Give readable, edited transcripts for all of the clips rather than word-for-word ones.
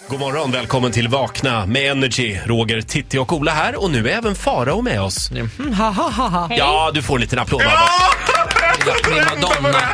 God morgon, välkommen till Vakna med Energy. Roger, Titti och Ola här. Och nu är även Farao med oss. Ja, du får en liten applåd av oss.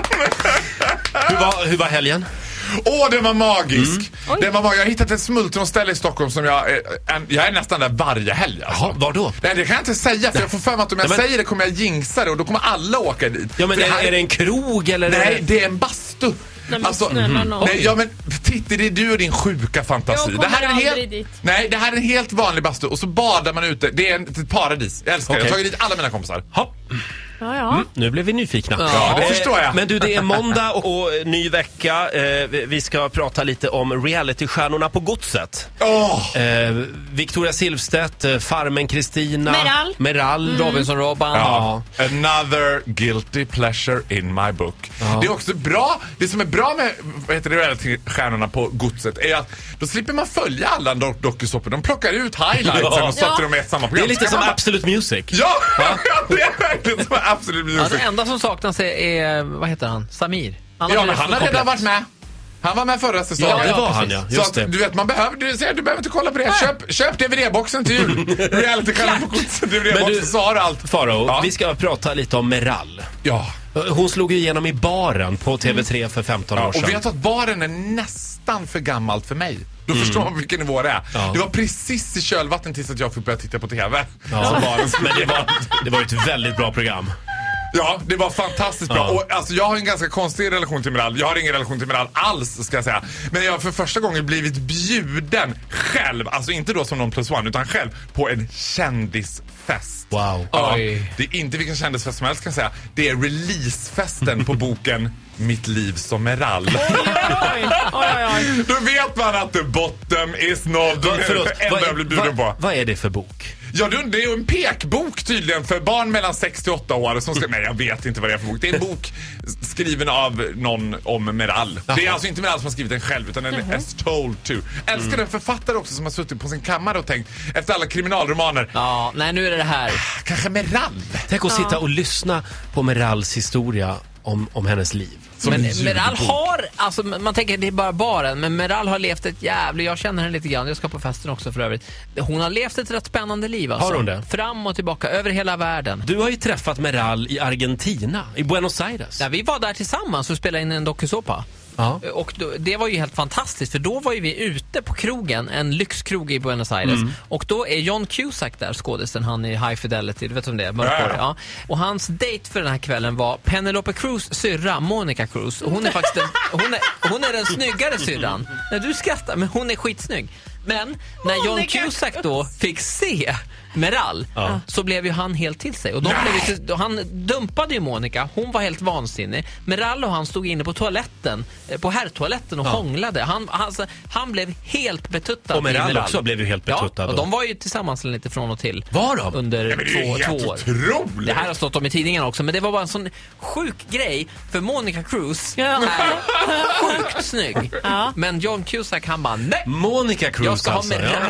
Hur var helgen? Det var magisk. Det var magisk. Jag har hittat ett smultronställe i Stockholm som jag är nästan där varje helg. Alltså. Jaha, var då? Nej, det kan jag inte säga, för jag får för mig att om jag säger det kommer jag jinxa det och då kommer alla åka dit. Ja, men är det en krog eller? Nej, det är en bastu. Men Titti, det är du och din sjuka fantasi. Det här är det här är en helt vanlig bastu och så badar man ute. Det är ett paradis. Jag älskar det. Jag har tagit dit alla mina kompisar. Nu blev vi nyfikna. Ja, det förstår jag. Men du, det är måndag och ny vecka. Vi ska prata lite om reality-stjärnorna på godset. Victoria Silvstedt, Farmen Kristina, Meral, Robinson-Robban. Another guilty pleasure in my book. Det är också bra. Det som är bra med reality-stjärnorna på godset är att då slipper man följa alla dokusåpor. De plockar ut highlights och sätter dem i ett samma program. Det är lite som Absolute Music. Ja, det är verkligen som Absolute Music. Det enda som saknas är, vad heter han? Samir. Han har redan varit med. Han var med förra säsongen. Ja, det var han, ja. Just det. Du vet, du behöver inte kolla på det. Köp DVD-boxen till jul. Reality-stjärnan på godset. DVD-boxen, så har allt. Farao, vi ska prata lite om Meral. Ja. Hon slog ju igenom i baren på TV3 för 15 år sedan. Och vet att baren är nästan för gammalt för mig. Då förstår man vilken nivå det är. Det var precis i kölvatten tills att jag fick börja titta på TV. Men det var ett väldigt bra program. Ja, det var fantastiskt bra. Och alltså, jag har en ganska konstig relation till Meral. Jag har ingen relation till Meral alls, ska jag säga. Men jag har för första gången blivit bjuden själv, alltså inte då som någon plus one, utan själv på en kändisfest. Wow. Det är inte vilken kändisfest som helst, kan jag säga. Det är releasefesten på boken Mitt liv som Meral. Då vet man att the bottom is not. Vad är det för bok? Ja, det är ju en pekbok tydligen för barn mellan 6 till 8 år som ska, nej, jag vet inte vad det är för bok. Det är en bok skriven av någon om Meral. Det är alltså inte Meral som har skrivit den själv, utan den är as told to. Älskar den författare också som har suttit på sin kammare och tänkt efter alla kriminalromaner. Nej, nu är det här. Kanske Meral. Tänk att sitta och lyssna på Merals historia om hennes liv. Men Meral har, alltså man tänker det är bara baren, men Meral har levt ett jävligt, jag känner henne lite grann, jag ska på festen också för övrigt. Hon har levt ett rätt spännande liv alltså. Har hon det? Fram och tillbaka, över hela världen. Du har ju träffat Meral i Argentina, i Buenos Aires. Ja, vi var där tillsammans och spelade in en dokusåpa. Och det var ju helt fantastiskt, för då var ju vi ute på krogen, en lyxkrog i Buenos Aires, och då är John Cusack där, skådisen, han är High Fidelity, du vet om det är, ja. Och hans date för den här kvällen var Penelope Cruz syrra, Monica Cruz, och hon är faktiskt hon är den snyggare syrran. När du skrattar, men hon är skitsnygg. Men när John Cusack då fick se Meral, så blev ju han helt till sig. Och han dumpade ju Monica. Hon var helt vansinnig. Meral och han stod inne på toaletten, på herrtoaletten och hånglade. Han blev helt betuttad. Och Meral också blev ju helt betuttad. Och de var ju tillsammans lite från och till. Var de? Under 2 år. Otroligt. Det här har stått om i tidningen också. Men det var bara en sån sjuk grej. För Monica Cruz är sjukt snygg. Men John Cusack, han bara, nej, Monica Cruz, jag ska ha Meral.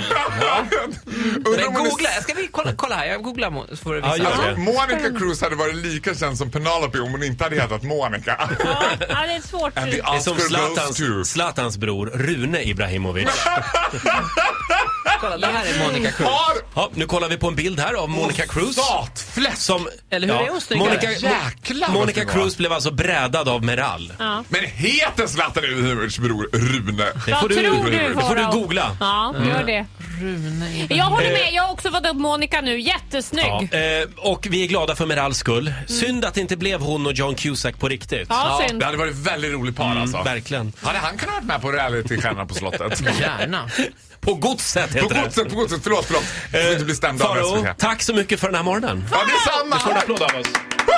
Men googla, ska vi kolla här, jag googlar för att visa. Monica Cruz hade varit lika känd som Penelope om hon inte hade hetat Monica. Det är svårt. Det är som Zlatans bror Rune Ibrahimovic. Kolla, det här är Monica Cruz. Nu kollar vi på en bild här av Monica Cruz. Som, eller hur är hon snyggare? Monica Cruz blev alltså brädad av Meral. Men heter Zlatan Ibrahimovics bror Rune? Det får du googla. Ja, gör det. Jag håller med, jag har också fått upp Monica nu, jättesnygg. Och vi är glada för Merals skull. Synd att det inte blev hon och John Cusack på riktigt. Synd. Det hade varit väldigt roligt par alltså. Verkligen. Hade han kunnat varit med på reality-stjärnorna på slottet? Gärna. På godset heter det. På godset, förlåt. Jag får inte bli stämd av Farao, tack så mycket för den här morgonen. Ja, det är samma. Du får en applåd av oss.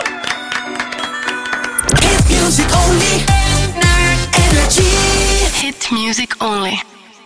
Hit music only. Energy. Hit music only.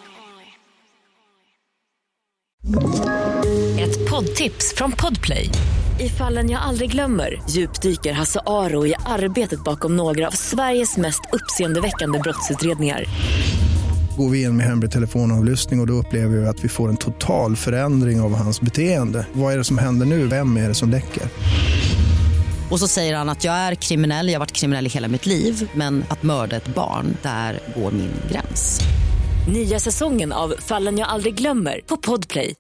Ett poddtips från Podplay. I Fallen jag aldrig glömmer djupdyker Hasse Aro i arbetet bakom några av Sveriges mest uppseendeväckande brottsutredningar. Går vi in med hemlig telefonavlyssning och då upplever vi att vi får en total förändring av hans beteende. Vad är det som händer nu? Vem är det som läcker? Och så säger han att jag är kriminell, jag har varit kriminell i hela mitt liv. Men att mörda ett barn, där går min gräns. Nya säsongen av Fallen jag aldrig glömmer på Podplay.